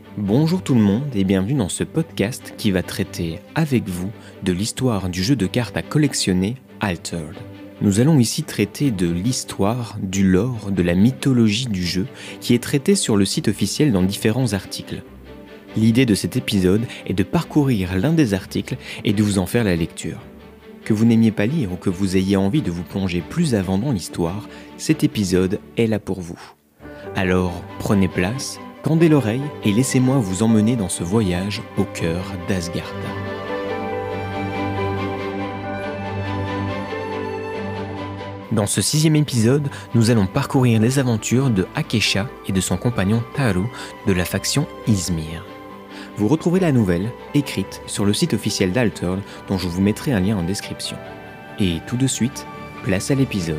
Bonjour tout le monde et bienvenue dans ce podcast qui va traiter avec vous de l'histoire du jeu de cartes à collectionner Altered. Nous allons ici traiter de l'histoire, du lore, de la mythologie du jeu qui est traitée sur le site officiel dans différents articles. L'idée de cet épisode est de parcourir l'un des articles et de vous en faire la lecture. Que vous n'aimiez pas lire ou que vous ayez envie de vous plonger plus avant dans l'histoire, cet épisode est là pour vous. Alors prenez place, tendez l'oreille et laissez-moi vous emmener dans ce voyage au cœur d'Asgartha. Dans ce 6e épisode, nous allons parcourir les aventures de Akesha et de son compagnon Taru de la faction Ysmir. Vous retrouverez la nouvelle, écrite sur le site officiel d'Altered dont je vous mettrai un lien en description. Et tout de suite, place à l'épisode.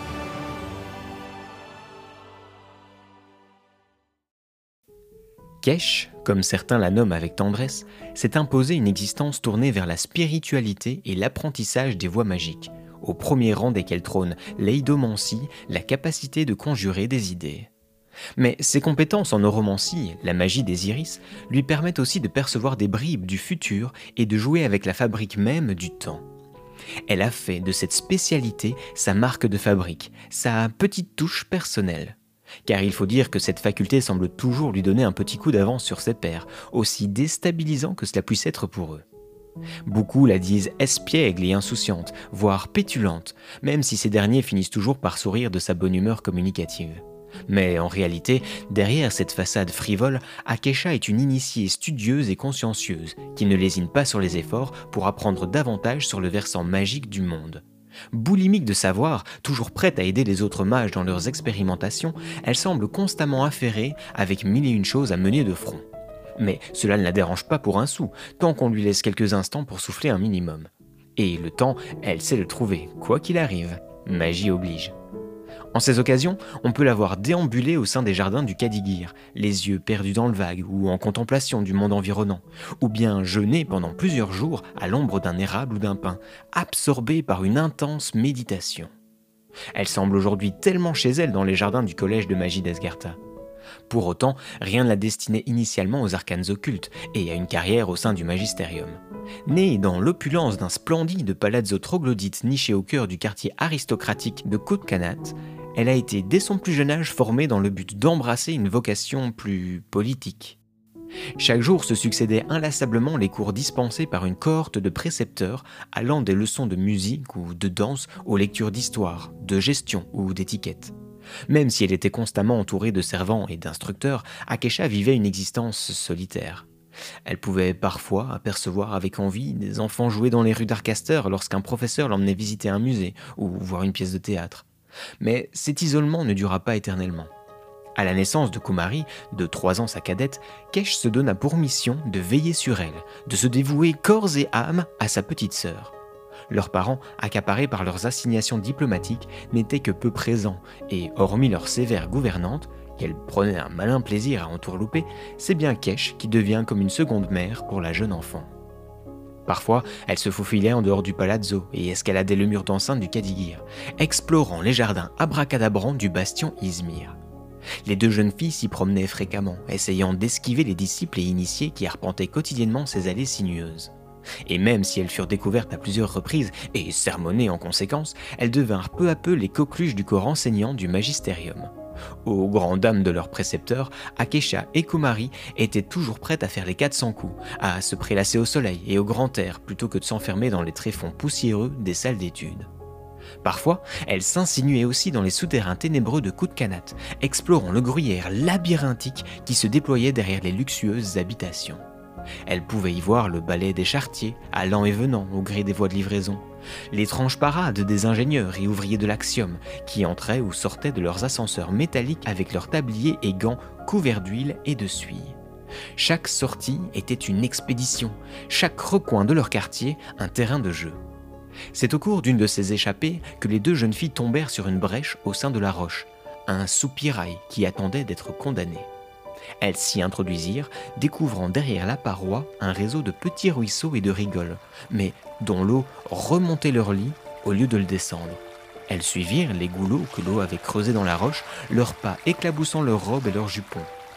Kesh, comme certains la nomment avec tendresse, s'est imposé une existence tournée vers la spiritualité et l'apprentissage des voies magiques, au premier rang desquelles trône l'eidomancie, la capacité de conjurer des idées. Mais ses compétences en neuromancie, la magie des iris, lui permettent aussi de percevoir des bribes du futur et de jouer avec la fabrique même du temps. Elle a fait de cette spécialité sa marque de fabrique, sa petite touche personnelle. Car il faut dire que cette faculté semble toujours lui donner un petit coup d'avance sur ses pairs, aussi déstabilisant que cela puisse être pour eux. Beaucoup la disent espiègle et insouciante, voire pétulante, même si ces derniers finissent toujours par sourire de sa bonne humeur communicative. Mais en réalité, derrière cette façade frivole, Akesha est une initiée studieuse et consciencieuse, qui ne lésine pas sur les efforts pour apprendre davantage sur le versant magique du monde. Boulimique de savoir, toujours prête à aider les autres mages dans leurs expérimentations, elle semble constamment affairée avec mille et une choses à mener de front. Mais cela ne la dérange pas pour un sou, tant qu'on lui laisse quelques instants pour souffler un minimum. Et le temps, elle sait le trouver, quoi qu'il arrive. Magie oblige. En ces occasions, on peut la voir déambuler au sein des jardins du Kadigir, les yeux perdus dans le vague ou en contemplation du monde environnant, ou bien jeûner pendant plusieurs jours à l'ombre d'un érable ou d'un pin, absorbée par une intense méditation. Elle semble aujourd'hui tellement chez elle dans les jardins du collège de magie d'Asgartha. Pour autant, rien ne la destinait initialement aux arcanes occultes et à une carrière au sein du magistérium. Née dans l'opulence d'un splendide palazzo troglodyte niché au cœur du quartier aristocratique de Koutkanat, elle a été dès son plus jeune âge formée dans le but d'embrasser une vocation plus politique. Chaque jour se succédaient inlassablement les cours dispensés par une cohorte de précepteurs allant des leçons de musique ou de danse aux lectures d'histoire, de gestion ou d'étiquette. Même si elle était constamment entourée de servants et d'instructeurs, Akesha vivait une existence solitaire. Elle pouvait parfois apercevoir avec envie des enfants jouer dans les rues d'Arcaster lorsqu'un professeur l'emmenait visiter un musée ou voir une pièce de théâtre. Mais cet isolement ne dura pas éternellement. À la naissance de Kumari, de 3 ans sa cadette, Kesh se donna pour mission de veiller sur elle, de se dévouer corps et âme à sa petite sœur. Leurs parents, accaparés par leurs assignations diplomatiques, n'étaient que peu présents et, hormis leur sévère gouvernante, qu'elle prenait un malin plaisir à entourlouper, c'est bien Kesh qui devient comme une seconde mère pour la jeune enfant. Parfois, elle se faufilait en dehors du palazzo et escaladait le mur d'enceinte du Kadigir, explorant les jardins abracadabrants du bastion Ysmir. Les deux jeunes filles s'y promenaient fréquemment, essayant d'esquiver les disciples et initiés qui arpentaient quotidiennement ces allées sinueuses. Et même si elles furent découvertes à plusieurs reprises et sermonnées en conséquence, elles devinrent peu à peu les coqueluches du corps enseignant du magistérium. Aux grandes dames de leurs précepteurs, Akesha et Kumari étaient toujours prêtes à faire les 400 coups, à se prélasser au soleil et au grand air plutôt que de s'enfermer dans les tréfonds poussiéreux des salles d'études. Parfois, elles s'insinuaient aussi dans les souterrains ténébreux de Koutkanat, explorant le gruyère labyrinthique qui se déployait derrière les luxueuses habitations. Elle pouvait y voir le balai des charretiers, allant et venant au gré des voies de livraison, l'étrange parade des ingénieurs et ouvriers de l'Axiom qui entraient ou sortaient de leurs ascenseurs métalliques avec leurs tabliers et gants couverts d'huile et de suie. Chaque sortie était une expédition, chaque recoin de leur quartier un terrain de jeu. C'est au cours d'une de ces échappées que les deux jeunes filles tombèrent sur une brèche au sein de la roche, un soupirail qui attendait d'être condamné. Elles s'y introduisirent, découvrant derrière la paroi un réseau de petits ruisseaux et de rigoles, mais dont l'eau remontait leur lit au lieu de le descendre. Elles suivirent les goulots que l'eau avait creusés dans la roche, leurs pas éclaboussant leurs robes et leurs jupons.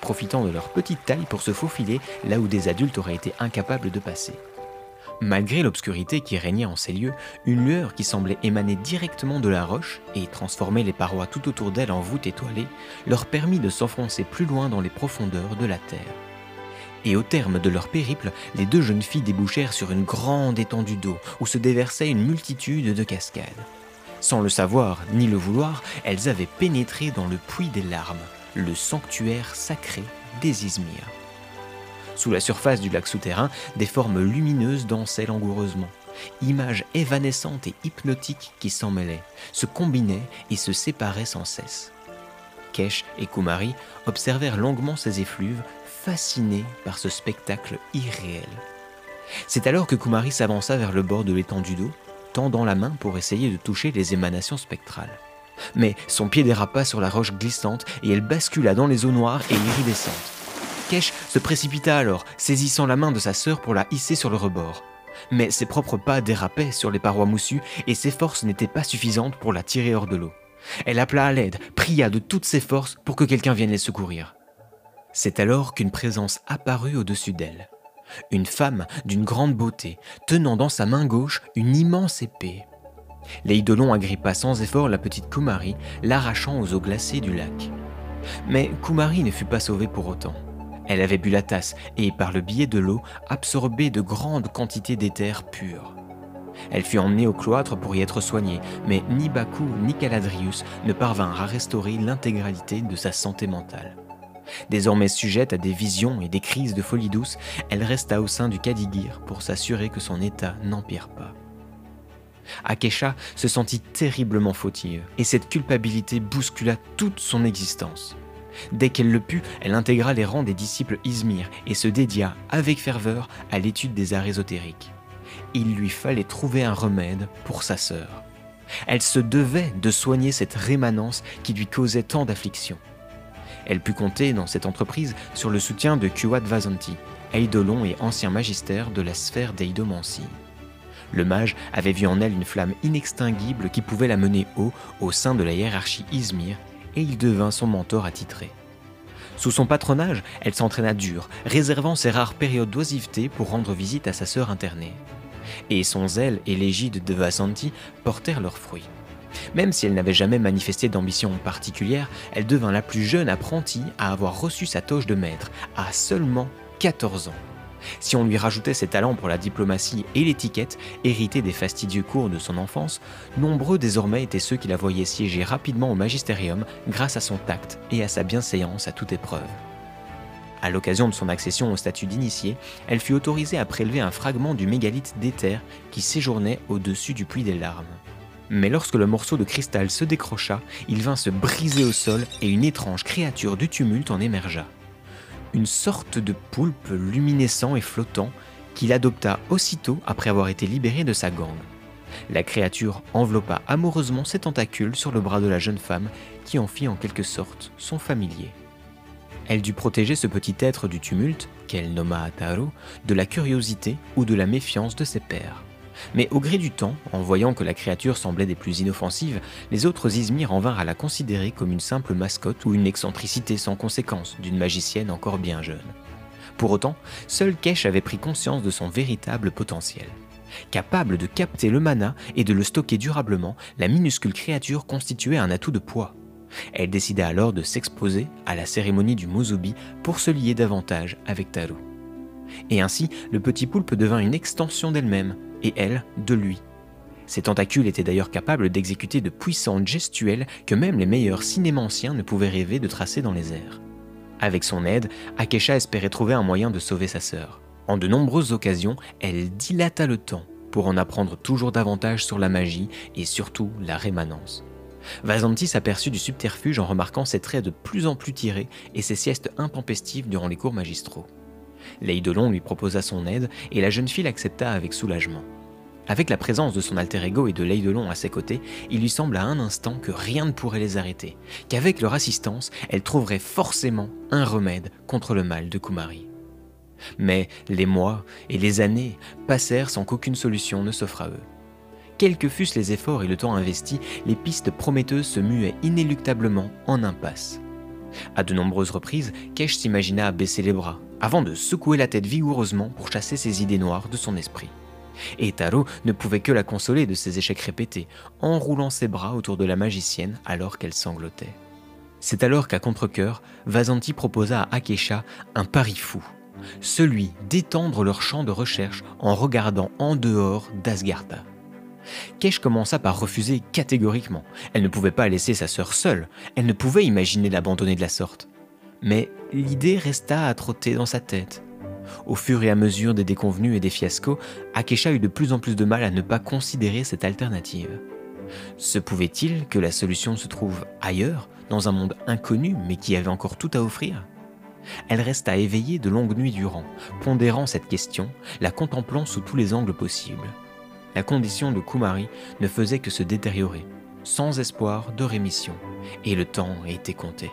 profitant de leur petite taille pour se faufiler là où des adultes auraient été incapables de passer. Malgré l'obscurité qui régnait en ces lieux, une lueur qui semblait émaner directement de la roche et transformer les parois tout autour d'elle en voûte étoilée leur permit de s'enfoncer plus loin dans les profondeurs de la terre. Et au terme de leur périple, les deux jeunes filles débouchèrent sur une grande étendue d'eau où se déversait une multitude de cascades. Sans le savoir ni le vouloir, elles avaient pénétré dans le puits des larmes, le sanctuaire sacré des Izmir. Sous la surface du lac souterrain, des formes lumineuses dansaient langoureusement. Images évanescentes et hypnotiques qui s'en mêlaient, se combinaient et se séparaient sans cesse. Kesh et Kumari observèrent longuement ces effluves, fascinés par ce spectacle irréel. C'est alors que Kumari s'avança vers le bord de l'étendue d'eau, tendant la main pour essayer de toucher les émanations spectrales. Mais son pied dérapa sur la roche glissante et elle bascula dans les eaux noires et iridescentes. Kesh se précipita alors, saisissant la main de sa sœur pour la hisser sur le rebord. Mais ses propres pas dérapaient sur les parois moussues et ses forces n'étaient pas suffisantes pour la tirer hors de l'eau. Elle appela à l'aide, pria de toutes ses forces pour que quelqu'un vienne les secourir. C'est alors qu'une présence apparut au-dessus d'elle. Une femme d'une grande beauté, tenant dans sa main gauche une immense épée. L'Eidolon agrippa sans effort la petite Kumari, l'arrachant aux eaux glacées du lac. Mais Kumari ne fut pas sauvée pour autant. Elle avait bu la tasse et, par le biais de l'eau, absorbé de grandes quantités d'éther pur. Elle fut emmenée au cloître pour y être soignée, mais ni Baku ni Caladrius ne parvinrent à restaurer l'intégralité de sa santé mentale. Désormais sujette à des visions et des crises de folie douce, elle resta au sein du Kadigir pour s'assurer que son état n'empire pas. Akesha se sentit terriblement fautive, et cette culpabilité bouscula toute son existence. Dès qu'elle le put, elle intégra les rangs des disciples Izmir et se dédia avec ferveur à l'étude des arts ésotériques. Il lui fallait trouver un remède pour sa sœur. Elle se devait de soigner cette rémanence qui lui causait tant d'afflictions. Elle put compter dans cette entreprise sur le soutien de Kuwat Vazanti, eidolon et ancien magistère de la sphère d'eidomancie. Le mage avait vu en elle une flamme inextinguible qui pouvait la mener haut au sein de la hiérarchie Izmir, et il devint son mentor attitré. Sous son patronage, elle s'entraîna dur, réservant ses rares périodes d'oisiveté pour rendre visite à sa sœur internée. Et son zèle et l'égide de Vazanti portèrent leurs fruits. Même si elle n'avait jamais manifesté d'ambition particulière, elle devint la plus jeune apprentie à avoir reçu sa toge de maître, à seulement 14 ans. Si on lui rajoutait ses talents pour la diplomatie et l'étiquette, hérités des fastidieux cours de son enfance, nombreux désormais étaient ceux qui la voyaient siéger rapidement au magistérium grâce à son tact et à sa bienséance à toute épreuve. À l'occasion de son accession au statut d'initié, elle fut autorisée à prélever un fragment du mégalithe d'éther qui séjournait au-dessus du puits des larmes. Mais lorsque le morceau de cristal se décrocha, il vint se briser au sol et une étrange créature du tumulte en émergea. Une sorte de poulpe luminescent et flottant qu'il adopta aussitôt après avoir été libéré de sa gangue. La créature enveloppa amoureusement ses tentacules sur le bras de la jeune femme qui en fit en quelque sorte son familier. Elle dut protéger ce petit être du tumulte, qu'elle nomma Ataru, de la curiosité ou de la méfiance de ses pairs. Mais au gré du temps, en voyant que la créature semblait des plus inoffensives, les autres Izmir en vinrent à la considérer comme une simple mascotte ou une excentricité sans conséquence d'une magicienne encore bien jeune. Pour autant, seul Kesh avait pris conscience de son véritable potentiel. Capable de capter le mana et de le stocker durablement, la minuscule créature constituait un atout de poids. Elle décida alors de s'exposer à la cérémonie du Musubi pour se lier davantage avec Taru. Et ainsi, le petit poulpe devint une extension d'elle-même, et elle, de lui. Ses tentacules étaient d'ailleurs capables d'exécuter de puissantes gestuelles que même les meilleurs cinémanciens ne pouvaient rêver de tracer dans les airs. Avec son aide, Akesha espérait trouver un moyen de sauver sa sœur. En de nombreuses occasions, elle dilata le temps pour en apprendre toujours davantage sur la magie et surtout la rémanence. Vazanti s'aperçut du subterfuge en remarquant ses traits de plus en plus tirés et ses siestes intempestives durant les cours magistraux. L'Eidolon lui proposa son aide et la jeune fille l'accepta avec soulagement. Avec la présence de son alter ego et de l'Eidolon à ses côtés, il lui sembla un instant que rien ne pourrait les arrêter, qu'avec leur assistance, elle trouverait forcément un remède contre le mal de Kumari. Mais les mois et les années passèrent sans qu'aucune solution ne s'offre à eux. Quels que fussent les efforts et le temps investis, les pistes prometteuses se muaient inéluctablement en impasse. À de nombreuses reprises, Kesh s'imagina baisser les bras, avant de secouer la tête vigoureusement pour chasser ses idées noires de son esprit. Et Taro ne pouvait que la consoler de ses échecs répétés, enroulant ses bras autour de la magicienne alors qu'elle sanglotait. C'est alors qu'à contre-cœur, Vasanti proposa à Akesha un pari fou, celui d'étendre leur champ de recherche en regardant en dehors d'Asgartha. Kesh commença par refuser catégoriquement. Elle ne pouvait pas laisser sa sœur seule, elle ne pouvait imaginer l'abandonner de la sorte. Mais l'idée resta à trotter dans sa tête. Au fur et à mesure des déconvenues et des fiascos, Akesha eut de plus en plus de mal à ne pas considérer cette alternative. Se pouvait-il que la solution se trouve ailleurs, dans un monde inconnu mais qui avait encore tout à offrir ? Elle resta éveillée de longues nuits durant, pondérant cette question, la contemplant sous tous les angles possibles. La condition de Kumari ne faisait que se détériorer, sans espoir de rémission, et le temps était compté.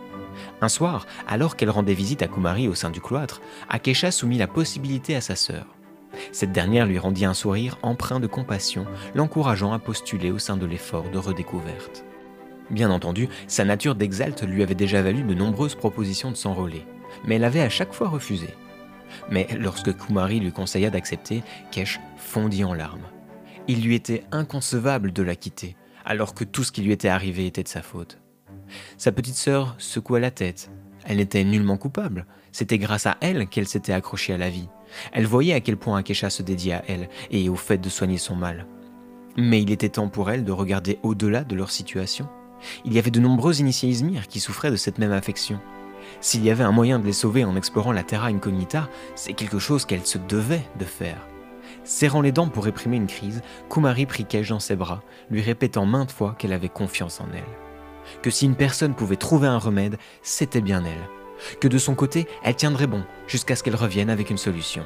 Un soir, alors qu'elle rendait visite à Kumari au sein du cloître, Akesha soumit la possibilité à sa sœur. Cette dernière lui rendit un sourire empreint de compassion, l'encourageant à postuler au sein de l'effort de redécouverte. Bien entendu, sa nature d'exalte lui avait déjà valu de nombreuses propositions de s'enrôler, mais elle avait à chaque fois refusé. Mais lorsque Kumari lui conseilla d'accepter, Kesh fondit en larmes. Il lui était inconcevable de la quitter, alors que tout ce qui lui était arrivé était de sa faute. Sa petite sœur secoua la tête. Elle n'était nullement coupable. C'était grâce à elle qu'elle s'était accrochée à la vie. Elle voyait à quel point Akesha se dédiait à elle et au fait de soigner son mal. Mais il était temps pour elle de regarder au-delà de leur situation. Il y avait de nombreux initiés Izmir qui souffraient de cette même affection. S'il y avait un moyen de les sauver en explorant la Terra Incognita, c'est quelque chose qu'elle se devait de faire. Serrant les dents pour réprimer une crise, Kumari prit Kesh dans ses bras, lui répétant maintes fois qu'elle avait confiance en elle. Que si une personne pouvait trouver un remède, c'était bien elle. Que de son côté, elle tiendrait bon, jusqu'à ce qu'elle revienne avec une solution.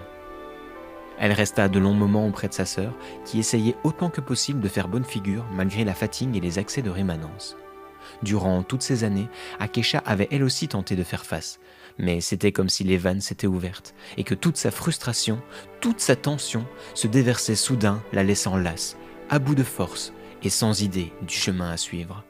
Elle resta de longs moments auprès de sa sœur, qui essayait autant que possible de faire bonne figure malgré la fatigue et les accès de rémanence. Durant toutes ces années, Akesha avait elle aussi tenté de faire face, mais c'était comme si les vannes s'étaient ouvertes et que toute sa frustration, toute sa tension se déversait soudain, la laissant lasse, à bout de force et sans idée du chemin à suivre.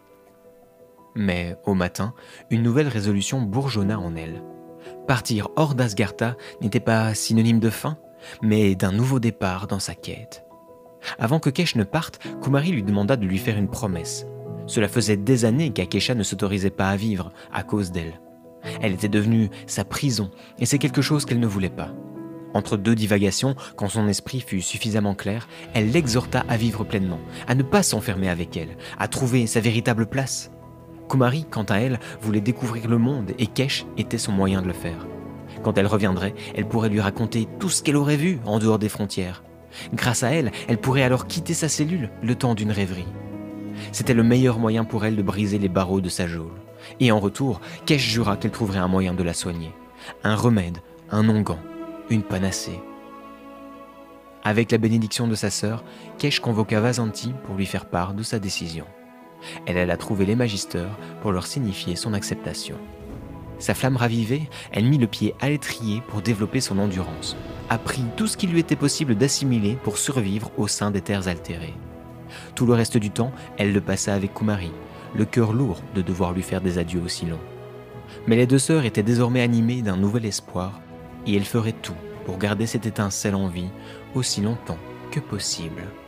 Mais au matin, une nouvelle résolution bourgeonna en elle. Partir hors d'Asgartha n'était pas synonyme de fin, mais d'un nouveau départ dans sa quête. Avant que Kesh ne parte, Kumari lui demanda de lui faire une promesse. Cela faisait des années qu'Akesha ne s'autorisait pas à vivre à cause d'elle. Elle était devenue sa prison, et c'est quelque chose qu'elle ne voulait pas. Entre deux divagations, quand son esprit fut suffisamment clair, elle l'exhorta à vivre pleinement, à ne pas s'enfermer avec elle, à trouver sa véritable place. Kumari, quant à elle, voulait découvrir le monde, et Kesh était son moyen de le faire. Quand elle reviendrait, elle pourrait lui raconter tout ce qu'elle aurait vu en dehors des frontières. Grâce à elle, elle pourrait alors quitter sa cellule le temps d'une rêverie. C'était le meilleur moyen pour elle de briser les barreaux de sa geôle. Et en retour, Kesh jura qu'elle trouverait un moyen de la soigner. Un remède, un onguent, une panacée. Avec la bénédiction de sa sœur, Kesh convoqua Vasanti pour lui faire part de sa décision. Elle alla trouver les magisters pour leur signifier son acceptation. Sa flamme ravivée, elle mit le pied à l'étrier pour développer son endurance, apprit tout ce qu'il lui était possible d'assimiler pour survivre au sein des terres altérées. Tout le reste du temps, elle le passa avec Kumari, le cœur lourd de devoir lui faire des adieux aussi longs. Mais les deux sœurs étaient désormais animées d'un nouvel espoir, et elles feraient tout pour garder cette étincelle en vie aussi longtemps que possible.